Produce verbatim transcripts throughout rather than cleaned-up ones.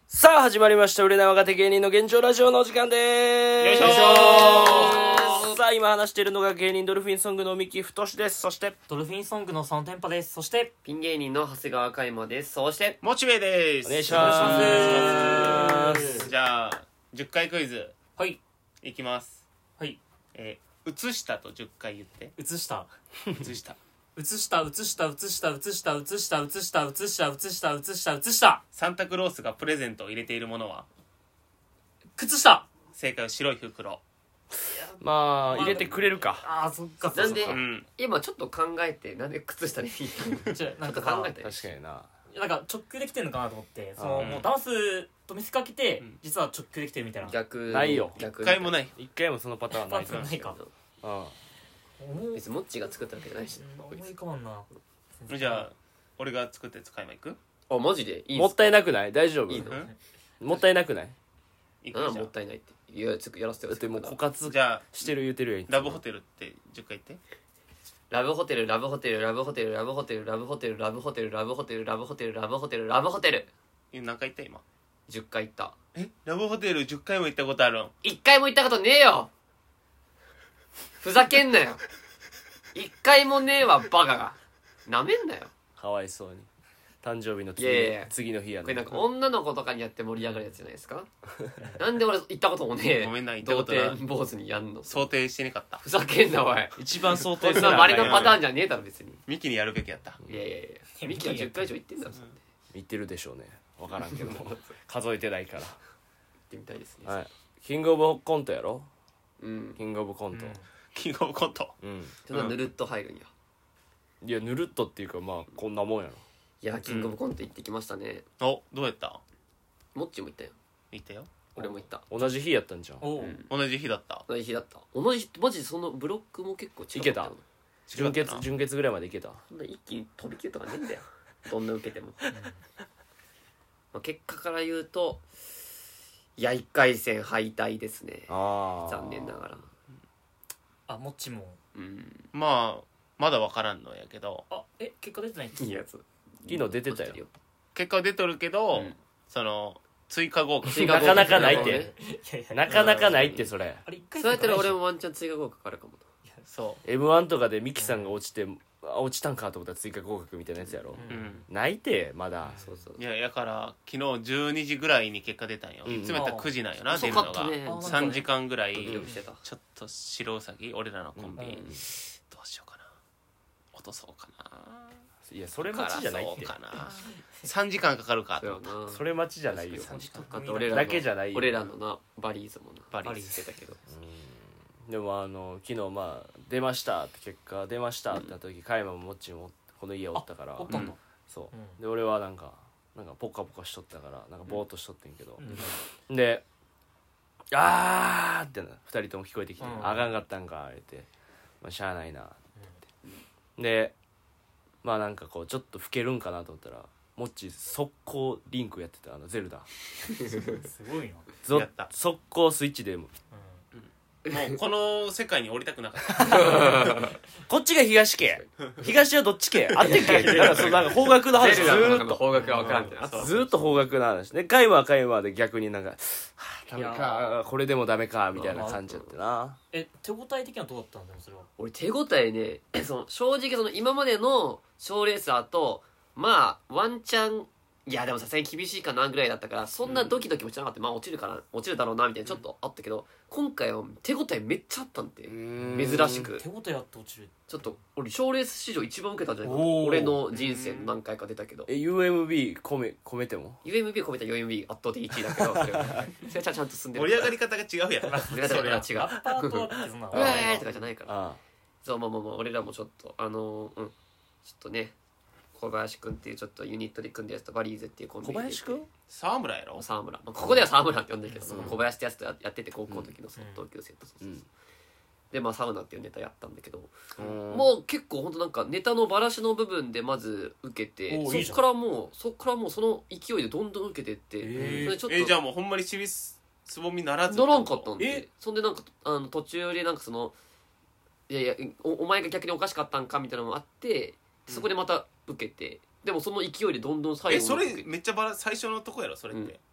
さあ始まりました売れない若手芸人の現状ラジオのお時間でーす。 よいしょー。 さあ今話しているのが芸人ドルフィンソングの三木太です。そしてドルフィンソングのさん店舗です。そしてピン芸人の長谷川海馬です。そしてモチベです。 お願いしますお願いしますじゃあじゅっかいクイズはいいきます。 はいえー、映したとじゅっかい言って。 映した映した映した映した映した映した映した映した映した映した映した映したサンタクロースがプレゼントを入れているものは？ 靴下。 正解は白い袋。 まあ入れてくれるか。 あーそっかなんでそっかうん今ちょっと考えてなんで靴下でいいのじゃあなんかちょっと考えて確かにな。 なんか直球できてるのかなと思ってそのうんもうダンスと見せかけてうん実は直球できてるみたいな逆ないよ逆一回もない。 一回もそのパターンないから。 パターンないかうん思い別にモッチが作ったわけじゃないし思い浮かばんなじゃあ俺が作ったやつ買いまいく？ あマジでいいんすかもったいなくない？大丈夫？ いいのうんもったいなくない？ なんだいくじゃん。 もったいないっていやつくやらせてよだってもう枯渇じゃあしてる言うてるやん。 ラブホテルってじゅっかい言って。 ラブホテルラブホテルラブホテルラブホテルラブホテルラブホテルラブホテルラブホテルラブホテルラブホテルえ何回言った今？ じゅっかい行ったえラブホテルじゅっかいも行ったことあるん？ いっかいも行ったことねえよふざけんなよいっかいもねえわバカがなめんなよかわいそうに。誕生日の次いやいやいや次の日やね。 これなんか女の子とかにやって盛り上がるやつじゃないですかなんで俺行ったこともねえごめんな行った童ことない貞坊主にやんの想定してなかった。 ふざけんなおい一番想こん定するな稀なパターンじゃねえだろ別にミキにやるべきやった。 いやいやいやミキはじゅっかい以上行ってんだろそんで言ってるでしょうね。わからんけども数えてないから。 行ってみたいですねはい。キングオブコントやろ？ うんキングオブコント。 キングオブコント。 うん。 そんなぬるっと入るんやいやぬるっとっていうかまあこんなもんやろ。 いやキングオブコント行ってきましたねおどうやった？ モッチーも行ったよ行ったよ。 俺も行った同じ日やったんじゃん。 おう同じ日だった。 同じ日だった同じマジでそのブロックも結構違いけたよ準違ったな決準決ぐらいまでいけた。 そんな一気に飛び級とかねえんだよどんな受けてもまあ結果から言うといやいっかい戦敗退ですねああ。 残念ながらあもっちもうんまあまだ分からんのやけどあえ結果出てないいいやつ昨日出てたよ。 結果は出とるけど、 うんその追加合格追加合格なかなかないって。 いやいやなかなかないってそれ。 あれ一回そうやったら俺ももワンチャン追加合格あるかもそエムワン とかでミキさんが落ちて、あ落ちたんかと思ったら追加合格みたいなやつやろ。 う、うんないてまだ。 そうそういややから昨日じゅうにじぐらいに結果出たんよ、 うんいつもやったらくじなんよな、 遅出るのが、 かったねあさんじかんぐらい、 ドキドキしてたちょっと白ウサギ俺らのコンビ、 うんどうしようかな落とそうかないやそれ待ちじゃないってそう。かなさんじかんかかるかそうよなそれ待ちじゃないよ。 さんじかんだって俺らのだけじゃないよ。 俺らのなバリーズもなバリーズバリーズしてたけどでもあの昨日まあ出ましたって結果出ましたってなった時、カイマももっちもこの家おったから。 おったんだそううんで俺はなんかなんかポカポカしとったからなんかぼーっとしとってんけど、 うんで「あー!」ってなふたりとも聞こえてきて「 うんあかんかったんか」言って「まあ、しゃあないな」って言ってでまあなんかこうちょっと老けるんかなと思ったらもっち速攻リンクやってたあのゼルダすごいなぞやった速攻スイッチでもうこの世界に降りたくなかったこっちが東家東はどっち家あってっけってなんかそうなんか方角の話ずゼルダの中ーっとの方角が分からんってなそうずーっと方角の話でカイマはカイマで逆になんか「はあダメいやかこれでもダメか」みたいな感じやってなえ手応え的にはどうだったんだよそれは俺手応えねその正直その今までの賞レーサーとまあワンチャンいやでもさすがに厳しいかなぐらいだったからそんなドキドキもしなかったまあ落ちるかな落ちるだろうなみたいなちょっとあったけど今回は手応えめっちゃあったんで珍しく手応えあって落ちるちょっと俺賞レース史上一番受けたんじゃないかなおー俺の人生の何回か出たけどえ ユーエムビー 込め込めてもユーエムビー を込めた ユーエムビー 圧倒的いちいだけどそれはそれはちゃんと進んでる盛り上がり方が違うやん俺が違う違うラッパーとはってそんなうわーとかじゃないからあそうまあまあまあ俺らもちょっとあのーうんちょっとね小林くんっていうちょっとユニットで組んでやつとバリーズっていうコンビ小で林くん沢村やろ沢村、まあ、ここでは沢村って呼んでるけど、 うんその小林ってやつとややってて高校の時のその同級生と、そうそうそううんでまあサウナっていうネタやったんだけど、 うんもう結構ほんとなんかネタのバラシの部分でまず受けておーいいじゃんそっからもうそっからもうその勢いでどんどん受けてって、 えーそれちょっとえじゃあもうほんまにちびすつぼみならずならんかったんでえそんでなんかあの途中でなんかそのいやいやおお前が逆におかしかったんかみたいなのもあってそこでまた受けて、でもその勢いでどんどん最後えそれ受けてめっちゃバラ最初のとこやろそれって、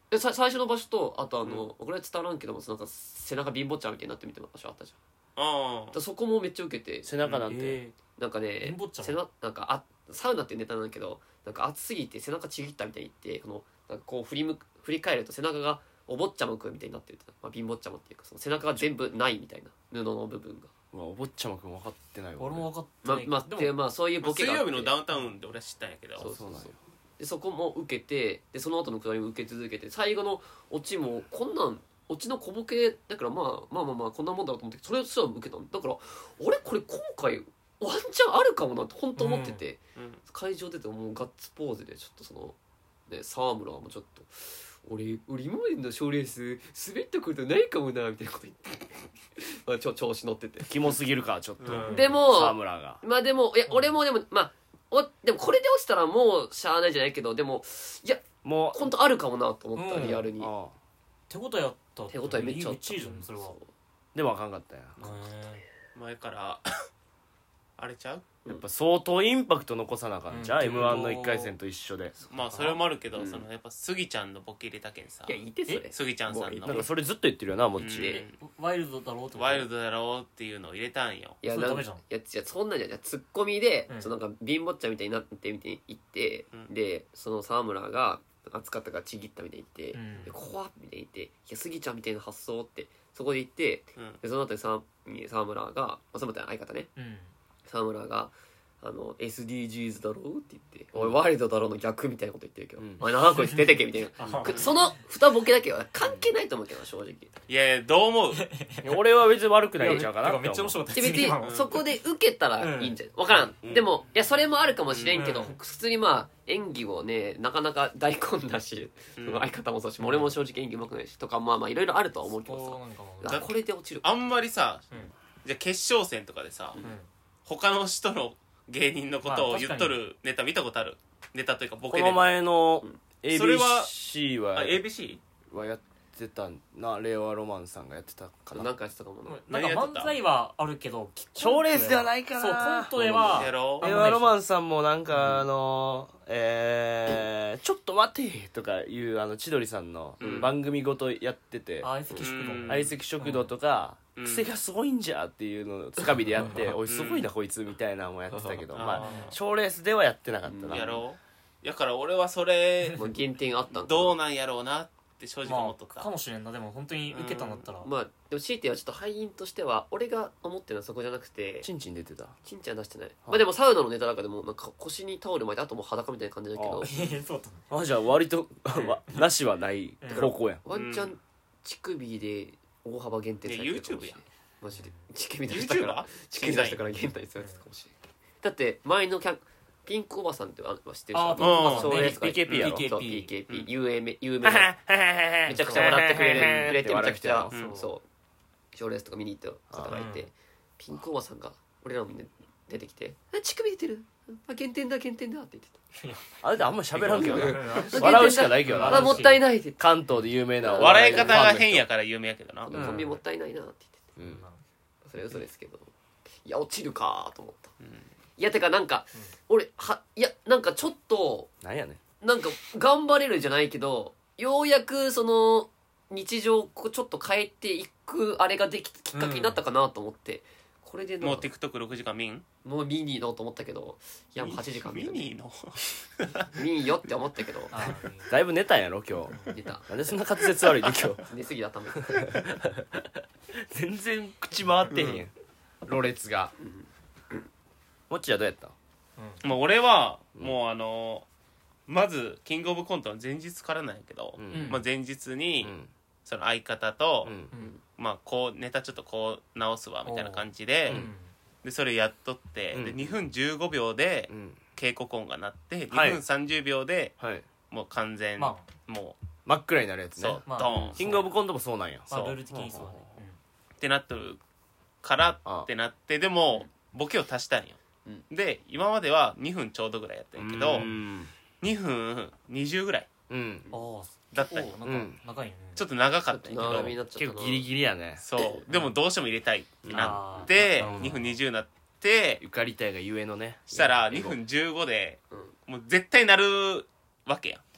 でさ最初の場所とあとあの、これは伝わらんけどもなんか背中貧乏ちゃんみたいになってみてる場所あったじゃん。 あだからそこもめっちゃ受けて背中なんて、 えなんかね貧乏ちゃん背中なんかあサウナっていうネタなんだけどなんか暑すぎて背中ちぎったみたいに言ってこのなんかこう振り向く振り返ると背中がお坊ちゃまくんみたいになってる、まあ、貧乏ちゃまっていうかその背中が全部ないみたいな布の部分がうわお坊ちゃまくん分かってないわ俺も分かってまないでもまあでまあそういうまあボケがあって水曜日のダウンタウンで俺は知ったんやけどそうそうそうそうなんよでそこも受けてでその後のくだりも受け続けて最後のオチもこんなんオチの小ボケだからまあまあまあまあこんなもんだろうと思ってそれすら受けたのだから俺これ今回ワンチャンあるかもなって本当思ってて、 うん会場出てもうガッツポーズでちょっとそのね沢村もちょっと俺俺今までの賞レース滑ったことないかもなみたいなこと言ってまあちょ調子乗っててキモすぎるかちょっと、 うんでも沢村がまあでもいや俺もでもまあおでもこれで落ちたらもうしゃあないじゃないけどでもいやもう本当あるかもなと思った、 うんリアルにああ手応えあった手応えめっちゃあっためっちゃいいじゃんそれはそうでもあかんかったんや前からあれちゃうやっぱ相当インパクト残さなあかんじゃあ、 うんエムワン のいっかい戦と一緒でまあそれもあるけど、 うんそのやっぱスギちゃんのボケ入れたけんさいやいてそれスギちゃんさんのなんかそれずっと言ってるよなもっち、 うんえワイルドだろうってことワイルドだろうっていうのを入れたんよいやなんかそれダメじゃんいやいやそんなんじゃないツッコミで、 うんそのなんか貧乏っちゃんみたいになってみたいに言って、 うんでその沢村が熱かったからちぎったみたいに言って、 うんで怖っみたいに言って「いやスギちゃんみたいな発想」ってそこで言ってうんでその後に沢に沢村が、まあ、沢村って相方ねうん沢村があの エスディージーズ だろうって言って「おいワイルドだろ」の逆みたいなこと言ってるけど「 うんおいなんかこいつ出てけ」みたいなあくその二ボケだけは関係ないと思うけどな正直いやいやどう思う俺は別に悪くないんちゃうかなってめっちゃ面白かったで別今のにそこで受けたらいいんじゃない分からん、 うんでもいやそれもあるかもしれんけど、 うん普通にまあ演技をねなかなか大根だし、 うん相方もそうし、俺も正直演技うまくないしとかまあまあいろいろあるとは思うけそうどなんかもさあこれで落ちるあんまりさうんじゃあ決勝戦とかでさうん他の人の芸人のことをまあ言っとるネタ見たことあるネタというかボケでこの前のそれはエービーシー はあ エービーシはやってたな令和ロマンさんがやってたかななんかやってたかもな、 なんか漫才はあるけど賞レースではないかなそうコントでーはやろう令和ロマンさんもなんかあのえーちょっと待てとかいうあの千鳥さんのうん番組ごとやってて相席食堂うん相席食堂とかうん癖がすごいんじゃっていうのをつかみでやってうんおいすごいなこいつみたいなのもやってたけどうんまああ賞レースではやってなかったうんなやろうやから俺はそれまあ、減点あったんかどうなんやろうなって正直思まっとったあかもしれんなでも本当に受けたんだったらまあでも強いてはちょっと敗因としては俺が思ってるのはそこじゃなくてチンチン出てたちんちゃん出してない、まあでもサウナのネタなんかでもなんか腰にタオル巻いてあともう裸みたいな感じだけどあえそうだったのあじゃあ割とわなしはない方向やんワンチャン乳首で大幅減点されてるかもしれないいや YouTube やマジで乳首出したから YouTuber？ 乳首出したから減点されてたかもしれないだって前のキャンピンクおばさんってあ知ってるあー人ピンクおばさんね賞レースがピーケーピー やろそうピピーーケーケーピーピー有名有名なめちゃくちゃ笑ってくれるくれてめちゃくちゃうんそう賞レースとか見に行った方がいてうんピンクおばさんが俺らのみんな出てきて「あ乳首出てるあ減点だ減点だ」って言ってあれであんま喋らんけどなた笑うしかないけどなあもったいないって言って関東で有名なお笑い方がファンの人変やから有名やけどなこのコンビもったいないなって言ってうんそれ嘘ですけどいや落ちるかと思ったうんいやてかなんか俺はいやなんかちょっとなんやねんなんか頑張れるじゃないけどようやくその日常をこうちょっと変えていくあれができきっかけになったかなと思って、これでなもう ティックトックろくじかん見んもう見にのと思ったけどいやもうはちじかん見た見にの見んよって思ったけどあだいぶ寝たんやろ今日出たなんでそんな滑舌悪いね今日寝すぎだため全然口回ってへんやんろれつがもっちはどうやったもう俺はもうあのまずキングオブコントの前日からなんやけど、 うんまあ、前日うにんその相方とう、んうんまあこうネタちょっとこう直すわみたいな感じで、 うんでそれやっとって、 うんでにふんじゅうごびょうでうん稽古音が鳴ってはいにふんさんじゅうびょうではいもう完全、 まも真っ暗になるやつねうそう、 まあドーンキングオブコントもそうなんやそうまあルール的にそうだねってなってるからってなってでもボケを足したんよ、 うんで今まではにふんちょうどぐらいやったんやけどうんにふんにじゅうぐらいうんああだったんよ結構なんか長いよねちょっと長かったんやけど長めになっちゃったな結構ギリギリやねそうでもどうしても入れたいってなあーってなるほどにふんにじゅうになって受かりたいがゆえのねしたらにふんじゅうごでうんもう絶対なるわけやん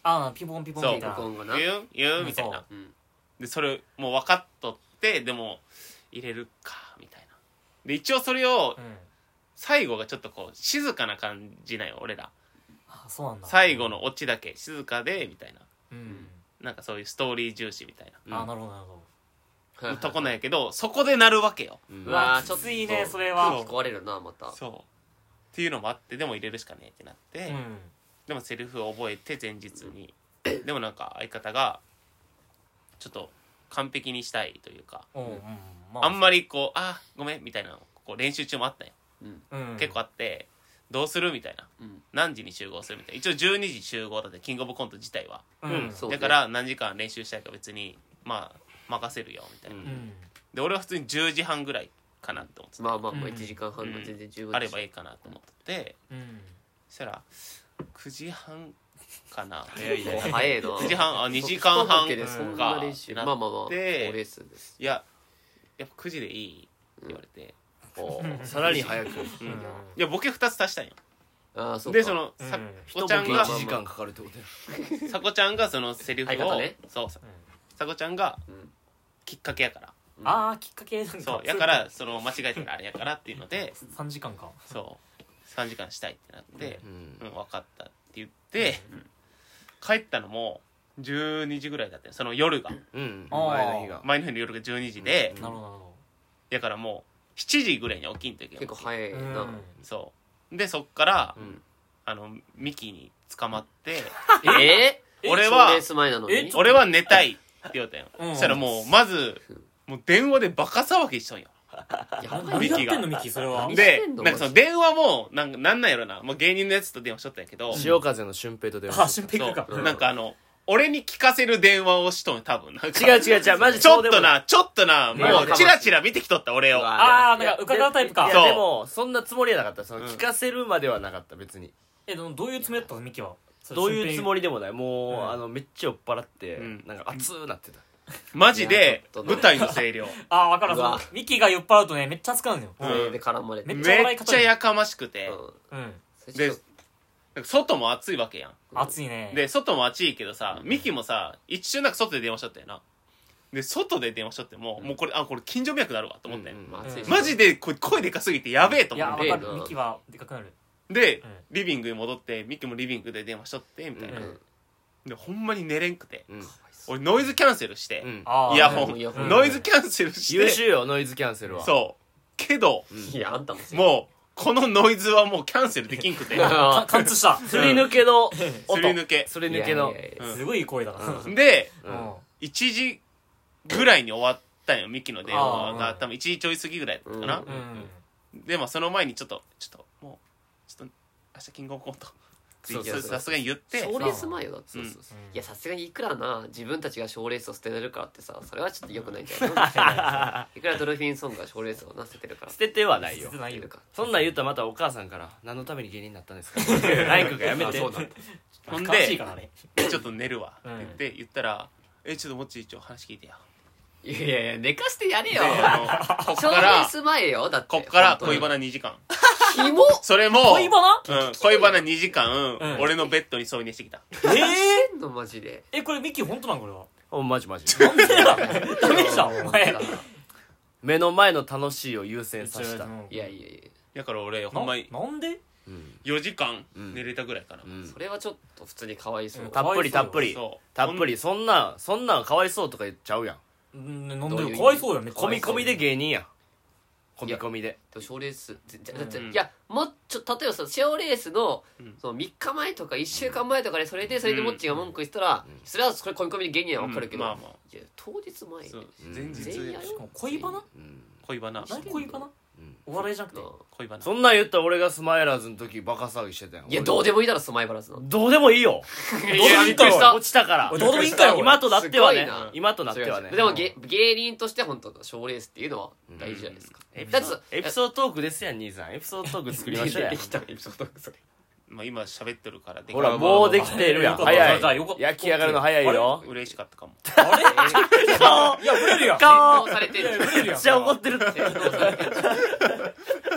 あピンポンピンポンそうみたいな録音がな言うん言うみたいな、 うんでそれもう分かっとってでも入れるかみたいなで一応それをうん最後がちょっとこう静かな感じなんよ俺らあそうなんだ最後のオチだけ静かでみたいなうんなんかそういうストーリー重視みたいあなるほどなるほはいはいなとこなんやけどそこでなるわけようんうわーちょっときついねそれは空気壊れるなまたそうっていうのもあってでも入れるしかねえってなって、 うんでもセリフを覚えて前日にでもなんか相方がちょっと完璧にしたいというかおううんまあんまりこうあごめんみたいなのこう練習中もあったんよ、 うん結構あってどうするみたいなうん何時に集合するみたいな一応じゅうにじ集合だってキングオブコント自体はうんそうだから何時間練習したいか別にまあ任せるよみたいな、 うんうんで俺は普通にじゅうじはんぐらいかなって思っててまあまあまあうんいちじかんはんの全然十分あればいいかなと思っててうんそしたらくじはんかな早いね早いなくじはんあにじかんはんでそんな練習かまあまあまあでレースですいややっぱくじでいいって言われて、 おーさらに早くうんいやボケふたつ足したんよああそうかでそのうんさ一ボケこちゃんがいちじかんかかるってことやさこちゃんがそのセリフを、 相方ねそうささこちゃんがうんきっかけやからああきっかけなんかそうやからその間違えたらあれやからっていうのでさんじかんかそうさんじかんしたいってなってう、んうん分かったって言って、帰ったのもじゅうにじぐらいだったよその夜がうんあー前の日が前の日の夜がじゅうにじで、 なるほどなるほだからもうしちじぐらいに起きんといけない結構早いどなそうでそっから、 うんあのミキに捕まってええ俺は賞レース前なのにえ俺は寝たいって言ったよ、 うんそしたらもうまずもう電話でバカ騒ぎしとんよやばい何ミキがやってんのミキそれは何でしてんのなんかその電話もなんかなんなんやろなもう芸人のやつと電話しとったんやけど、 潮風の俊平と電話あし俊平君かそうなんかあの俺に聞かせる電話をしとんよ多分なんか違う違う違うマジちょっそうでもいとなちょっとなねもうチラチラ見てきとった俺をうわああなんか伺うタイプかそういやでもそんなつもりはなかったそのうん聞かせるまではなかった別にえでもどういうつもりだったのミキはどういうつもりりでもないもう、 うんあのめっちゃ酔っ払って、 うんなんか熱ーなってた、 マジいやでちょっとね舞台の声量ああ分かるうわそのミキが酔っ払うとねめっちゃ熱くなるのようん全員で絡まれてめっめちゃ笑い方っちゃやかましくて、 うんうんでそれちょっとなんか外も暑いわけやん熱いねで外も暑いけどさミキもさ一瞬なんか外で電話しとったよなで外で電話しとっても、もうこれあこれ近所迷惑だるわと思って、 うんうんまあ暑いしマジでこれ声でかすぎてやべえといや思って分かるミキはでかくなるで、 うんリビングに戻ってミキもリビングで電話しとってみたいな、 うんでほんまに寝れんくてうん俺ノイズキャンセルして、 うんあーイヤホン、 イヤホンノイズキャンセルして優秀よノイズキャンセルはそうけど、 いやあんたももうこのノイズはもうキャンセルできんくてか貫通したすり抜けの音すり抜けすり抜けのいやいやいやうんすごいいい声だなでうんいちじぐらいに終わったんよミキの電話あーが多分いちじちょい過ぎぐらいだったかな、 うんでもその前にちょっとちょっともうちょっと明日キングオブコントそうそうそうさすがに言って賞レース前よだってうんいやさすがにいくらな自分たちが賞レースを捨てれるからってさそれはちょっと良くないんじゃないいくらドルフィンソングが賞レースをな捨ててるから捨ててはないよ捨てないよいるかそんなん言ったらまたお母さんから何のために芸人になったんですかライクがやめてあそうなんだほん悲しいでからねちょっと寝るわって言って言ったら「えちょっともっち一応話聞いてや」 いやいやいや寝かしてやれでよあのこっ賞レからース前よだってこっから本当に恋バナにじかんキモそれも恋バナうん、恋バナにじかん、 うん俺のベッドに添い寝してきたええんのマジでえこれミキ本当なのこれはおマジマジなんでだダメじゃんお前目の前の楽しいを優先させたいやいやいだから俺ほんまにななんでうんよじかんうん寝れたぐらいかな、 うんやそれはちょっと普通にかわいそううんたっぷりたっぷりそうたっぷりそんなんそんなんかわいそうとか言っちゃうやんうんなんどういう意味でかわいそうよめっちゃ込み込みで芸人やん込み込みででも賞レースぜぜうんぜいやもうちょ例えばさ賞レースのうんそのみっかまえとかいっしゅうかんまえとかでそれでそれでモッチーが文句言ったらそれはそれ込み込みで芸人は分かるけどうんまあまあいや当日前そううん前日全員やるしかも恋バナうん恋バナ何恋バナうんお笑いじゃなくてな恋バナそんなん言ったら俺がスマイラーズの時バカ騒ぎしてたやんいやどうでもいいだろスマイバラスのどうでもいいよいやびっくりした落ちたからおいどうでもいいんかよ俺今となってはねすごいな今となってはねでも芸芸人として本当賞レースっていうのは大事じゃないですかエピソーだってさドエピソードトークですやん兄さんエピソードトーク作りましょうやできたエピソードそれまあ今喋ってるからできほらまあまあまあもうできてるやんよかった早じゃあよかったい焼き上がるの早いよ嬉しかったかもあれいやブレるやん顔されてるブレるやんめっちゃ怒ってるって洗脳されてる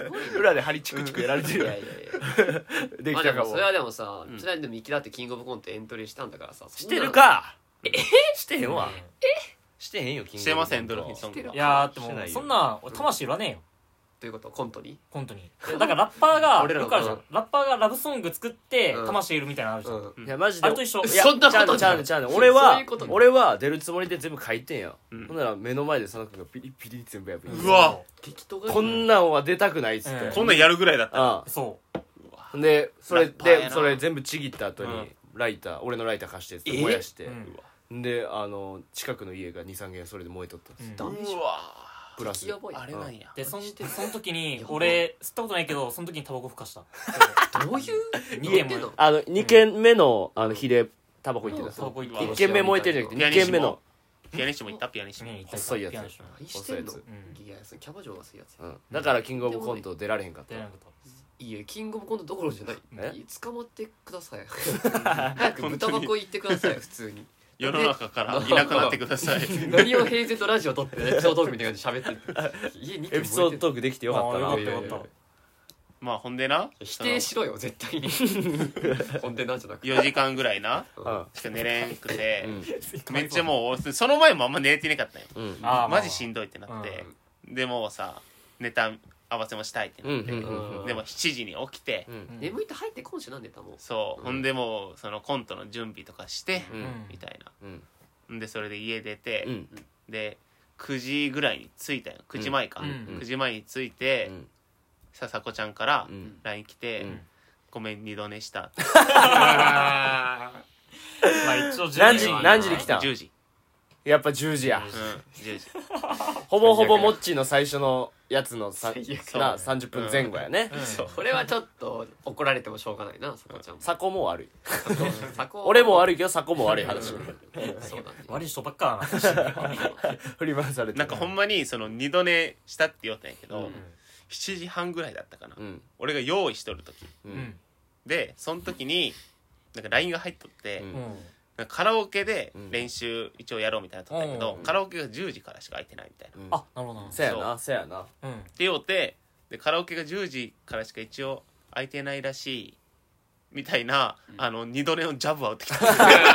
裏で張りチクチクやられてるよいやいやいやできたかもまあでもそれはでもさ、 うんそれはでもいきだってキングオブコントエントリーしたんだからさしてるかえしてへんわしてへんよキングオブコントしてませんドルフィンソングしてるはいやーでもしてないよそんな俺魂いらねえよということはコントに本当にだからラッパーが俺らのよくあるじゃんラッパーがラブソング作ってうん魂いるみたいなのあるじゃん、 うんいやマジであれと一緒いやそんなことちゃうねちゃうねちゃうねそう俺はそういうこと俺は出るつもりで全部書いてんや、 うんほんなら目の前で佐野君がピリピリ全部やってうわ適当がこんなんは出たくないっつって、 うんこんなんやるぐらいだったあそうあでそれラッパーやなでそれ全部ちぎった後に、 うんライター俺のライター貸してっつってえ燃やして、 うんであの近くの家がにさん軒それで燃えとったんです、 うんダメじゃんうわプラスやばいあれなんやでそんその時にやば俺吸ったことないけどその時にタバコふかしたどういう二軒も言ってんのあのに軒目のあの火でタバコ行ってたタバコ行っていっ軒目燃えてるんじゃなくてに軒目の、 ピアニッシモ行ったピアニッシモね細いやつピアノショー何してんの細いうんいやそれキャバ嬢がするやつうん、だからキングオブコント出られへんかった出なかったいやキングオブコントどころじゃないえいや捕まってください早く豚箱行ってください普通に世の中からいなくなってください何を平然とラジオ撮ってエピソードトークみたいな感じで喋って家にエピソードトークできてよかったなあーよかったいやいやいやよかっまあほんでな否定しろよ絶対にほんでなんじゃなくてよじかんぐらいなうんしか寝れんくてためっちゃもうその前もあんま寝れてなかったんようんあーマジしんどいってなってでもうさネタ合わせもしたいってうんなってうんうんでもしちじに起きてうん眠いと入って今週なんでたもんそう、 うんほんでもうそのコントの準備とかして、 うんみたいなうんんでそれで家出て、 うんでくじぐらいに着いたよくじまえか、 うんくじまえに着いて、 うん笹子ちゃんからうんライン 来て、 うんごめん二度寝した」 まあ一応何時じゅうに何時に来たんじゅうじやっぱじゅうじやうんじゅうじほぼほぼモッチーの最初のやつのさ最悪なさんじゅっぷんまえ後やね、 うんそうこれはちょっと怒られてもしょうがないなさこちゃんもサコも悪いサコ俺も悪いけどサコも悪い話そうだね悪い人ばっかだな振り回されてなんかほんまにその二度寝したって言おったんやけど、 うんしちじはんぐらいだったかな、 うん俺が用意しとる時ううんんでその時になんか ライン が入っとって、 うんうんなんかカラオケで練習一応やろうみたいなの撮ったんやけど、 うんカラオケがじゅうじからしか空いてないみたいな、 うんあなるほどなせやなせやなうんって言おうてでカラオケがじゅうじからしか一応空いてないらしいみたいな、あの二度寝のジャブは打ってきた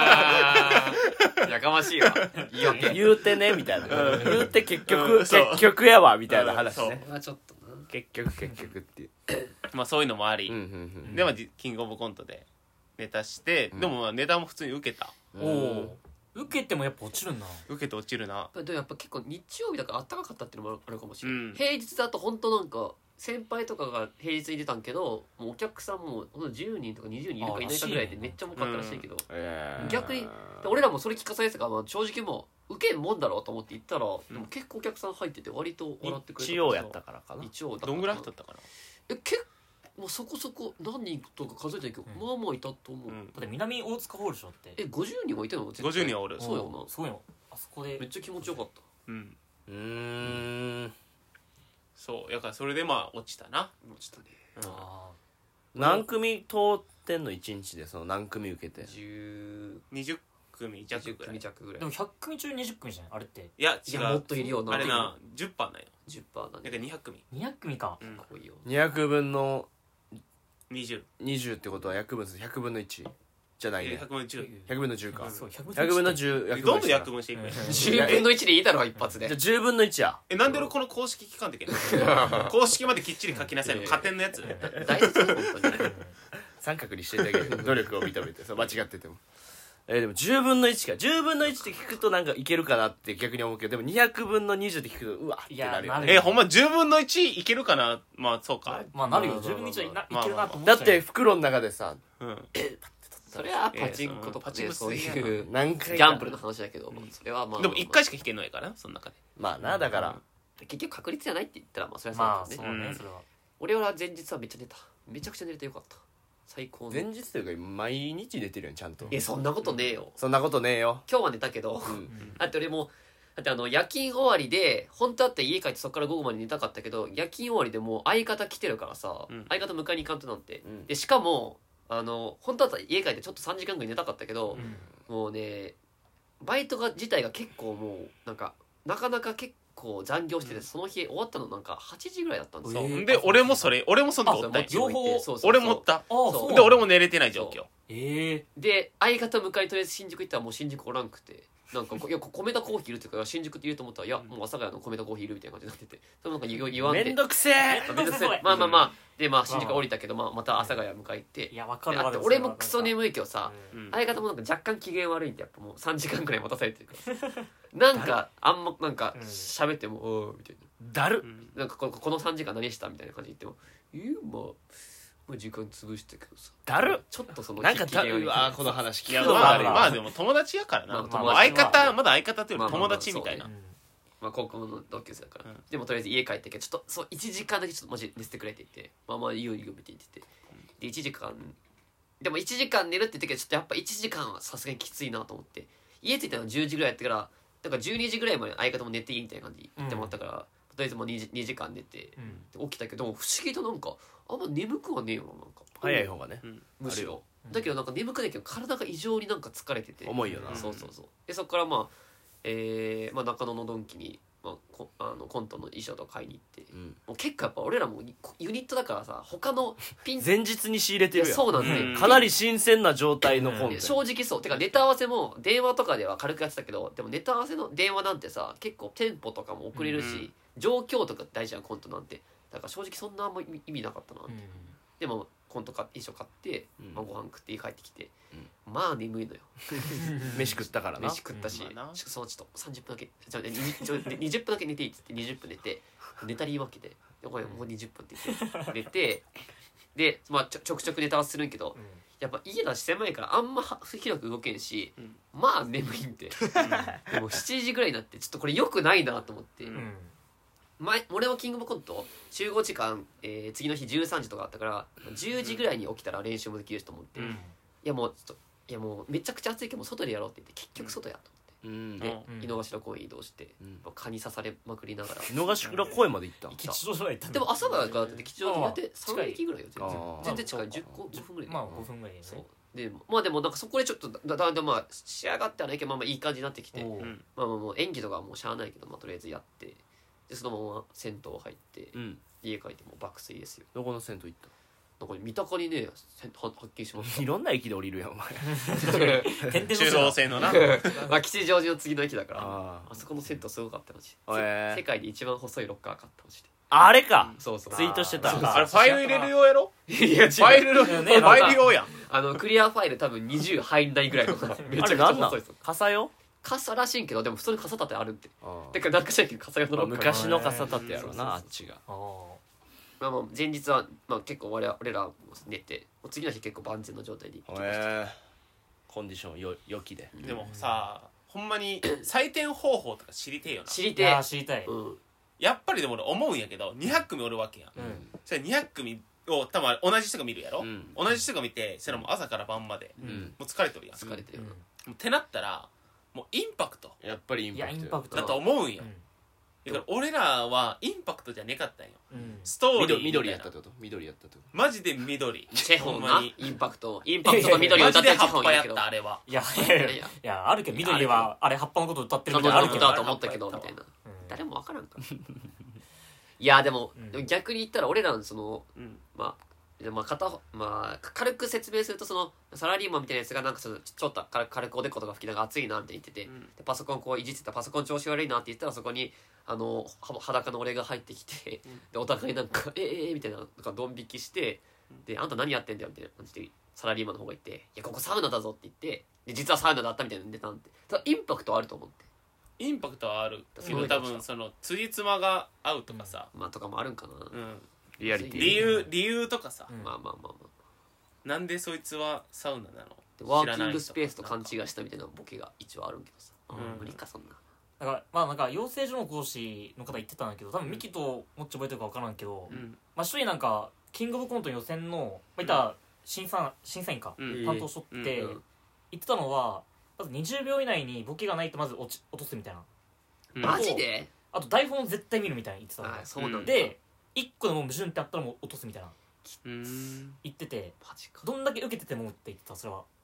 やかましいわ言い訳言うてねみたいな言うて結う局んそう結局やわみたいな話うんねこれはちょっとな結局結局っていうまあそういうのもあり、 うんうんでまあじキングオブコントでネタして、でもまあネタも普通に受けたうんおお受けてもやっぱ落ちるんだ受けて落ちるなでもやっぱ結構日曜日だから暖かかったっていうのもあるかもしれない、 うん平日だと本当なんか先輩とかが平日に出たんけどもうお客さんもほんとじゅうにんとかにじゅうにんいるかいないかぐらいでめっちゃ重かったらしいけど、 えー逆にで俺らもそれ聞かされてたから、まあ、正直もう受けんもんだろうと思って行ったら、でも結構お客さん入ってて割と笑ってくれた日曜やったからかな日曜だったどんぐらい人だったかなえ結構そこそこ何人とか数えてないけど、 うんまあまあいたと思う、 うんだって南大塚ホールでしょってえごじゅうにんはいたの絶対ごじゅうにんはおるそうよなすごいのあそこでめっちゃ気持ちよかったうんうーんそうだからそれでまあ落ちたな落ちたねあ何組通ってんの一日でその何組受けてじゅにじゅっくみう弱ぐらい組弱ぐらいーでもひゃく組中にじゅっ組じゃないあれっていや違いやもっうといるよなあれなじゅっパーなんよじゅっパーセント だだからねにひゃく組にひゃく組かうん多いよにひゃくぶんのにじゅうにじゅうってことは約分ひゃくぶんのいちじゃないひねゃくぶんのじゅうひゃくぶんのじゅうかそうひゃくひゃくぶんのじゅうどんどんや約分していくねじゅうぶんのいちでいいだろ一発でじゃあじゅうぶんのいちやえなんで俺この公式期間でけんの公式まできっちり書きなさいの加点のやつ大事だよ本当に三角にしていただける努力を認めてそう間違っててもえーでもじゅうぶんのいちかじゅうぶんのいちって聞くとなんかいけるかなって逆に思うけどでもにひゃくぶんのにじゅうって聞くとうわってなるよねいやなるえほんまじゅうぶんのいちいけるかなまあそうかまあなるよまあまあまあじゅうぶんのいちはいなまあいけるなと思っだっちゃうよて袋の中でさうんそれはパチンコとかえーねそうそのパチンコいう何回ギャンブルの話だけどそれはまあでもいっかいしか引けんのやからなその中でまあなだから結局確率じゃないって言ったらまあそれはまあそうだよねうんそうねそれは俺は前日はめっちゃ寝ためちゃくちゃ寝れてよかった最高の前日というか毎日出てるよちゃんとえそんなことねえよそんなことねえよ今日は寝たけどうんだって俺もだってあの夜勤終わりで本当だって家帰ってそこから午後まで寝たかったけど夜勤終わりでもう相方来てるからさ、 うん相方迎えに行かんとなんて、 うんでしかもあの本当だったら家帰ってちょっとさんじかんぐらい寝たかったけど、 うんもうねバイトが自体が結構もうなんかなかなかけ構残業してて、その日終わったのなんかはちじぐらいだったんですよ、 そうえーで俺もそれ俺もその時おったんよもちろんいて両方そうそうそう俺もおったああそうで俺も寝れてない状況ええで相方迎えにとりあえず新宿行ったらもう新宿おらんくてなんかこいや米田コーヒーいるっていうか新宿って言うと思ったらいやもう阿佐ヶ谷の米田コーヒーいるみたいな感じになっててそれなんか言わ言わんでめんどくせえまあめんどくせえまあまあまあでまあ新宿降りたけどまあまた阿佐ヶ谷迎え行っていやわかであってるわかる俺もクソ眠いけどさうんうん相方もなんか若干機嫌悪いんでやっぱもうさんじかんくらい待たされてるからなんかあんまなんかうん喋っても「おー」みたいだるうんななんかここのさんじかん何したみたいな感じで言っても「えまあまあ時間潰したけどさだるちょっとそのなんかだ機嫌悪いあーこの話聞いやくのもまあ悪いわまあでも友達やからな、 まあもう友達相方まだ相方というよりまあまあまあ友達みたいな、 うんまあ高校の同級生だから、 うんでもとりあえず家帰ってけどちょっとそういちじかんだけちょっとマジ寝せてくれって言ってまあまあいいよいいよみたいに言っててでいちじかんでもいちじかん寝るって言ってけどちょっとやっぱいちじかんはさすがにきついなと思って家着いたのじゅうじぐらいやってからだからじゅうにじぐらいまで相方も寝ていいみたいな感じで言ってもらったから、とりあえずもう 2, 時にじかん寝てうんで起きたけど不思議となんかあんま眠くはねえよななんか早い方がねむしろあるよだけどなんか眠くないけど体が異常になんか疲れてて重いよなそうそうそうでそこからまあ、えーまあ、中野のドンキに、まあ、こあのコントの衣装とか買いに行ってうんもう結構やっぱ俺らもユニットだからさ他のピン前日に仕入れていやるやそうなんで、 うんんかなり新鮮な状態のコンテ正直そうてかネタ合わせも電話とかでは軽くやってたけどでもネタ合わせの電話なんてさ結構テンポとかも遅れるし、 うん状況とか大事なコントなんてだから正直そんなあんま意味意味なかったな、 うんでもコントか衣装買って、 うんまあ、ご飯食って家帰ってきて、まあ眠いのよ飯食ったからな飯食ったし、 うんまあなちょそうちょっとさんじゅっぷんだけじゃあにちょにじゅっぷんだけ寝ていいって言ってにじゅっぷん寝て寝たりいいわけででこれもうにじゅっぷんって言って寝てで、まあ、ちょちょくちょくネタはするんけどやっぱ家だし狭いからあんまは広く動けんし、 うんまあ眠いんででもしちじぐらいになってちょっとこれ良くないなと思って、 うんうん前俺はキングオブコント集合時間、えー次の日じゅうさんじとかあったからじゅうじぐらいに起きたら練習もできるしと思って、 うんいやもうちょっといやもうめちゃくちゃ暑いけどもう外でやろうって言って結局外やとうん思って、 うんで井の頭公園移動して、 うん蚊に刺されまくりながら井の頭公園まで行ったん吉祥寺まで行ったんだでも朝からだって吉祥寺でさん近い駅ぐらいよ全然あー全然近いじゅっこじゅっぷんぐらいでまあごふんぐらいでねそうでまあでもなんかそこでちょっとだだだんだんまあ仕上がってはないけどまあまあいい感じになってきておううんまあまあもう演技とかはもうしゃあないけどまあとりあえずやってでそのまま銭湯入ってうん家帰ってもう爆睡ですよどこの銭湯行っなんか三鷹にねせんは発見しましたいろんな駅で降りるやんお前点々と中央線のなまあ吉祥寺の次の駅だからああそこの銭湯すごかったマジーへー世界で一番細いロッカー買ったマジであれかそうそうツイートしてたそうそうあれファイル入れる用やろいや違うファイルのフねァイル用やんあのクリアファイル多分にじゅう入んないぐらいのめちゃくちゃあれなんなん細いです傘よ傘らしいんけどでも普通に傘立てあるってあだからなんかしないけど傘用のロッカーが昔の傘立てやろなあっちがあーまあまあ前日はまあ結構我々俺らも寝てもう次の日結構万全の状態で行きましたへえコンディションよ良きででもさほんまに採点方法とか知りてえよない知りてえやー知りたいうんやっぱりでも俺思うんやけどにひゃく組おるわけやんうんそれにひゃく組を多分同じ人が見るやろ、 うん同じ人が見てそれも朝から晩まで、 うんもう疲れとるやん疲れてるうんもうってなったらもうインパクトやっぱりインいやパクトインパクトだと思うんよ、 うんだから俺らはインパクトじゃねかったんようんストーリー緑みたいな緑やったってこと緑やったってこマジで緑チェホンほんまになインパクトインパクトと緑をマ歌ってるチェジで葉っぱやっホンいるけどたあれはいやいやいやいいやいややあるけど緑はあれ葉っぱのこと歌ってるみたいなのあるけど彼女の歌だと思ったけどみたいな誰も分からんからいやでもうんでも逆に言ったら俺らのそのうんまあでまあ片方まあ軽く説明するとそのサラリーマンみたいなやつがなんかそのちょっと軽く軽くおでことか拭きながら暑いなみたいに言ってて、 うんでパソコンこういじってたパソコン調子悪いなって言ったらそこにあのは裸の俺が入ってきて、 うんでお互いなんか「ええええみたいななんかドン引きして「であんた何やってんだよ」みたいな感じでサラリーマンの方が言って「いやここサウナだぞ」って言ってで実はサウナだったみたいなの出たんってただインパクトはあると思ってインパクトはあるけどすごい多分その辻褄が合うとかさ、 まあとかもあるんかな、 うんリアリティ理由理由とかさ、 うんまあまあまあまあなんでそいつはサウナなのでワーキ知らない人ングスペースと勘違いしたみたいなボケが一応あるんけどさ、 うん無理かそんなだからまあなんか養成所の講師の方言ってたんだけど多分ミキともっち覚えてるか分からんけど、 うんまあ一人なんかキングオブコント予選のまあいた審査審査員か、 うん担当しとって、 うん言ってたのはまずにじゅうびょう以内にボケがないとまず落ち落とすみたいなうんマジであと台本を絶対見るみたいに言ってたのあそうなんだ、 でいっこでも矛盾ってあったらもう落とすみたいなうん言っててマジかどんだけ受けててもって言ってたそれは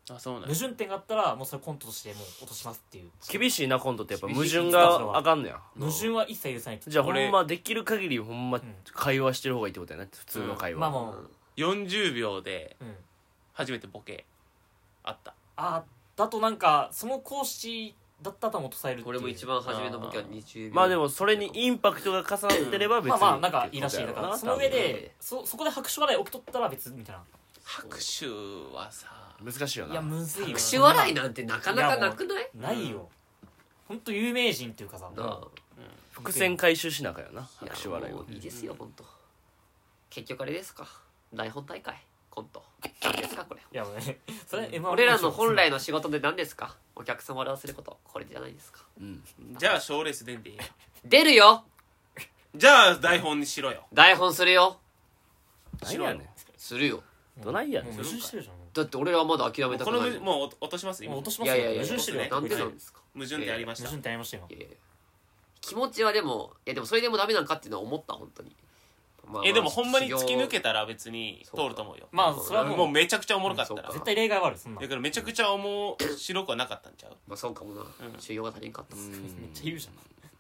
あそうなんや矛盾点があったらもうそれコントとしてもう落としますっていう厳しいなコントってやっぱ矛厳しい盾があかんのや矛盾は一切許さないってじゃあほ俺んまできる限りほんまん会話してる方がいいってことやな普通の会話、 まあまあまよんじゅうびょうであうん初めてボケあったあだとなんかその講師だったらも落とされるっていうこれも一番初めのボケはにじゅうびょうまあでもそれにインパクトが重なってれば別にまあまあなんかいいらしいだからその上多分でそそこで拍手笑い起きとったら別みたいな拍手はさ難しいよないやむずいよ拍手笑いなんてなかなかなくないないよほんと有名人っていうかさなあ伏線回収しなあかんよないや拍手笑いをもういいですよ本当結局あれですか台本大会コント何ですかこれいやもうねそれ エムワン俺らの本来の仕事で何ですかお客さんを笑わせることこれじゃないですかうんじゃあ賞レース出んでいいや出るよじゃあ台本にしろよ台本するよ何やねするよんどないやねんもう矛盾してるじゃんだって俺らはまだ諦めたこのくないむもう落とします今もう落としますよいやいやいや矛盾してるよなんでなんですか矛盾ってありました矛盾ってありましたよいやいや気持ちはでもいやでもそれでもダメなんかっていうのは思った本当に、まあまあえでもほんまに突き抜けたたら別に通ると思うよまあそれはもうもうめちゃくちゃおもろかったらうんそうか絶対例外はあるそんなだからめちゃくちゃ面白くはなかったんちゃうまあそうかもな、 ん修行が足りんかったっす、 うんめっちゃ言うじゃん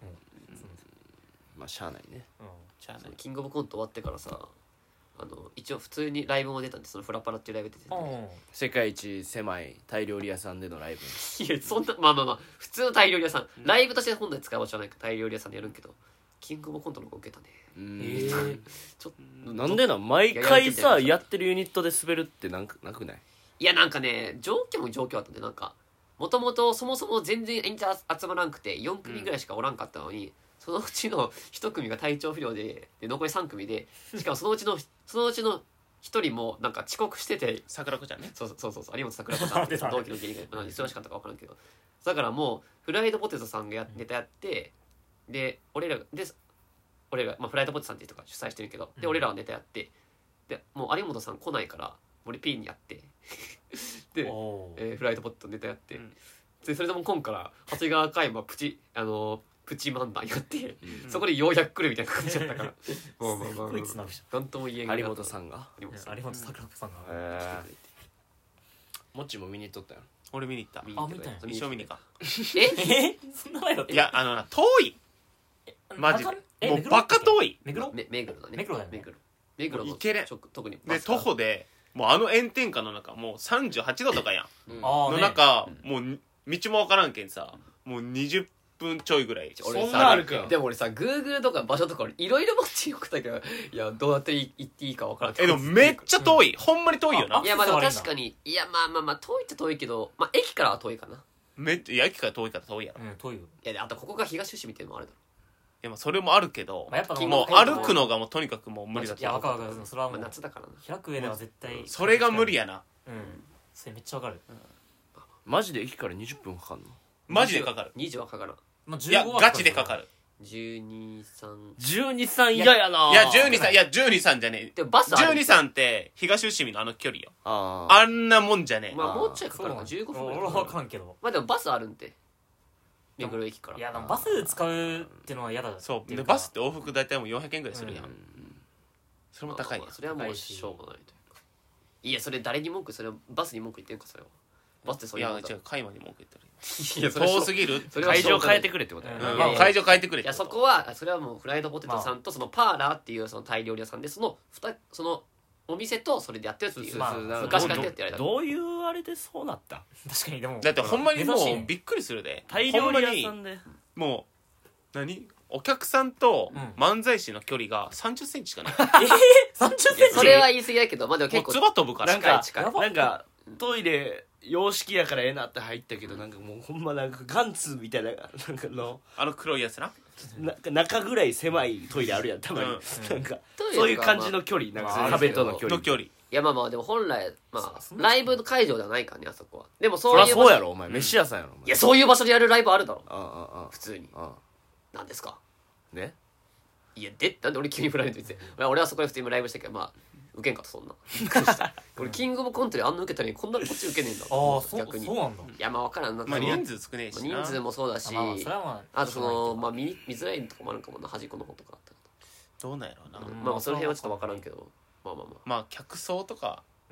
まあしゃあないねうんしゃあないキングオブコント終わってからさあの一応普通にライブも出たんでそのフラパラっていうライブ出てて、 うん世界一狭いタイ料理屋さんでのライブにいやそんなまあまあまあ普通のタイ料理屋さん、ライブとして本来使う場所はないからタイ料理屋さんでやるんけどキングオブコントの方が受けたねうんえーちょっとなんでなん毎回さやってるユニットで滑るってなんかなくないいやなんかね状況も状況あったんでなんかもともとそもそも全然演者集まらんくてよん組ぐらいしかおらんかったのに、そのうちのいち組が体調不良でで残りさん組でしかもそのうちのそのうちのひとりもなんか遅刻してて桜子ちゃんねそうそうそうそう有本桜子さんって出た同期の芸人が何忙しかったか分からんけどだからもうフライドポテトさんがやネタやってで俺らがで俺ら、まあ、フライドポテトさんっていう人が主催してるけどで俺らはネタやってでもう有本さん来ないから俺ピンにやってで、 おーえーフライドポテトネタやって、 うんでそれでも今から長谷川海馬プチあのープチ漫談やって、 うんそこでようやく来るみたいな感じだったからもうまあまあまあこいつなるじなんとも言えん有本さんが有本さんゃん有本桜子さんがへえもっちも見に行っとったよ俺見に行った見に行ってくれあ一生見に行かええそんな前だったいやあのな遠いマジで中えもう目黒だっけバカ遠い目黒め目黒だね目黒だよね目黒目黒の行けれんちょ特にで徒歩でもうあの炎天下の中もうさんじゅうはちどとかやんうんのあーね中もう道もわからんけんさもうにじゅっぷんちょいぐらい俺そんなあるかでも俺さ Google とか場所とかいろいろ持ってよくたけどいやどうやって行っていいかわからんけどえでもめっちゃ遠いほんまに遠いよあないやまあでもアクセス悪いな確かにいやまあまあまあ遠いって遠いけどまあ駅からは遠いかないめっちゃいや駅から遠いから遠いやろいうん遠いよやであとここが東伏見っていうのもあるだろやまあそれもあるけどまあやっぱもう歩くのがもうとにかくもう無理だったいやわかるわかるそれはもまあう夏だからな開く上では絶対それが無理やなうんそれめっちゃわかるマジで駅からにじゅっぷんかかんのマジでかかるにじはかからんまあいやじゅうごはガチでかかるじゅうに、さんじゅうに、さん嫌やないやじゅうにさんいやじゅうにさんじゃねえでもバスあるじゅうにさんって東伏見のあの距離よあああんなもんじゃねえまああーもうちょいかかそうなんるかじゅうごふんぐらい俺は分からんけどまあでもバスあるんで目黒駅からいやでもバス使うってのは嫌だそうでっていかバスって往復大体もうよんひゃくえんぐらいするやん、 うんそれも高いやんまあまあそれはもうしょうがないというかいやそれ誰に文句それはバスに文句言ってんかそれはバスってそういやいうもんだ違う海馬に文句言ってるいやそれはしょう遠すぎるそれは会しょうがない場変えてくれってことやうんなうんいやいや会場変えてくれっていやそこはそれはもうフライドポテトさんとそのパーラーっていうそのタイ料理屋さんでそのふたそのお店とそれでやってるっていうまあ昔からやってるって言われたどういうあれでそうなった確かにでもだってほんまにも珍しいうねびっくりするでタイ料理ほんまに屋さんでもう何お客さんとうん漫才師の距離がさんじゅっセンチしかないさんじゅっいセンチやそれは言い過ぎだけどまあでも結構もうつば飛ぶからなんか近い近いやばなんかトイレ洋式やからええなって入ったけどなんかもうほんまなんかガンツみたいななんかのあの黒いやつななんか中ぐらい狭いトイレあるやんたまに、 うんなんかトイレとかそういう感じの距離なんかまあ壁との距離の距離いやまあまあでも本来まあそんなライブの会場ではないからねあそこはでもそそうりゃいうそうやろお前うん飯屋さんやろお前いやそういう場所でやるライブあるだろああああ普通にああなんですかねいやでなんで俺急に振られて言って俺はそこで普通にライブしたけどまあ受けんかったそんな俺キングオブコントであんな受けたのにこんなこっち受けねえんだああそう逆にそうなんだいやまあ分からんなまあまあ人数少ねえしな人数もそうだしまあまあそれはまああとそのまあ見見づらいとこもあるかもな端っこの方とかあったどうなんやろうなうんまあまあその辺はちょっと分からんけどまあまあまあまあ客層とか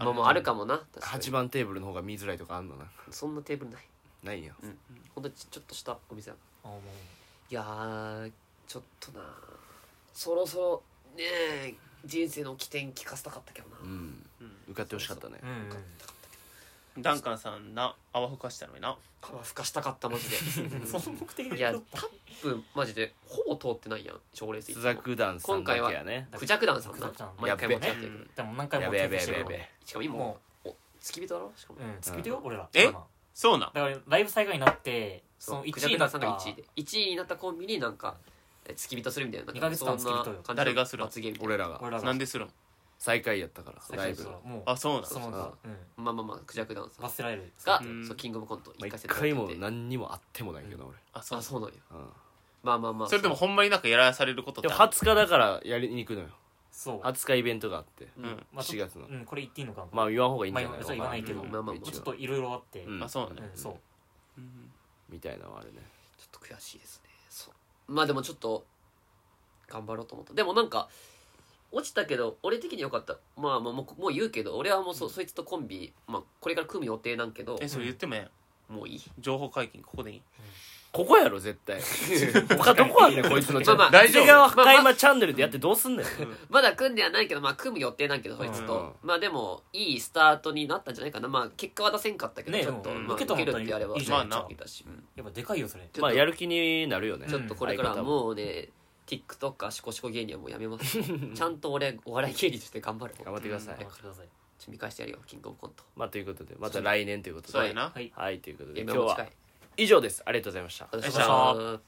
まあもうあるかもな確かにはちばんテーブルの方が見づらいとかあんのなそんなテーブルないないんやうんほんとちちょっとしたお店だあもういやーちょっとなそろそろねえ人生の起点聞かせたかったけどな、 うん受かってほしかったねうんうんダンカンさんな泡吹かしたのにな皮吹かしたかったマジでその目的でいやタップマジでほぼ通ってないやん賞レースいつもスザクダンさんだけやねクジャクダンさんなクジャクダン毎回間違ってやるけどうんでも何回もやべやべや経験してるべやべしかも今もお付き人だろしかもうん作ってよ俺らえ今そうなんだからライブ最下位になってそのそうク 1位になったジャクダンさんがいちいでいちいになったコンビになんかえ付き人するみたいな二ヶ月間そんな付き人よ感じの誰がするの罰ゲームみたい俺らが俺らがなんでするん最下位やったから最ライブの初もうあそうなんそのうんなまあまあまあクジャクダンさん罰せられるがうんそうキングオブコントまあ一行かせてもら回もってて何にもあってもないけどな俺あそうあそうなんやうんまあまあまあそれでもほんまになんかやらされることってでもあるはつかだからやりに行くのよそうはつかイベントがあってうんうんまあしがつのうんこれ言っていいのかまあ言わん方がいいんまあじゃない言わないけどまあまあまあまあちょっといろいろあってうんあそうなんだうんそううんみたいなのはあるねちょっと悔しいですねそうまあでもちょっと頑張ろうと思ったでもなんか落ちたけど俺的によかったまあまあもうもう言うけど俺はもうそ,、そいつとコンビ、まあ、これから組む予定なんけどえそれ言ってもええやんもういい情報解禁ここでいいここやろ絶対他どこあんねんこいつのチャンネルまあまあ大丈夫川深山チャンネルでやってどうすんねんまだ組んではないけどまあ組む予定なんけどそいつと、まあでもいいスタートになったんじゃないかなまあ結果は出せんかったけど、 ねちょっと、 うんまあ、受け受けたもんるってやればいいじゃんまあなし、うんやっぱでかいよそれちょっとまあやる気になるよねちょっとこれからはもうね TikTok かシコシコ芸人はもうやめますちゃんと俺お笑い芸人として頑張る頑張ってください頑張ってくださいちょ見返してやるよキングオブコントまあということでまた来年ということでそうやなはいはいということで夢持ち帰今日は以上ですありがとうございましたお疲れお疲れ様様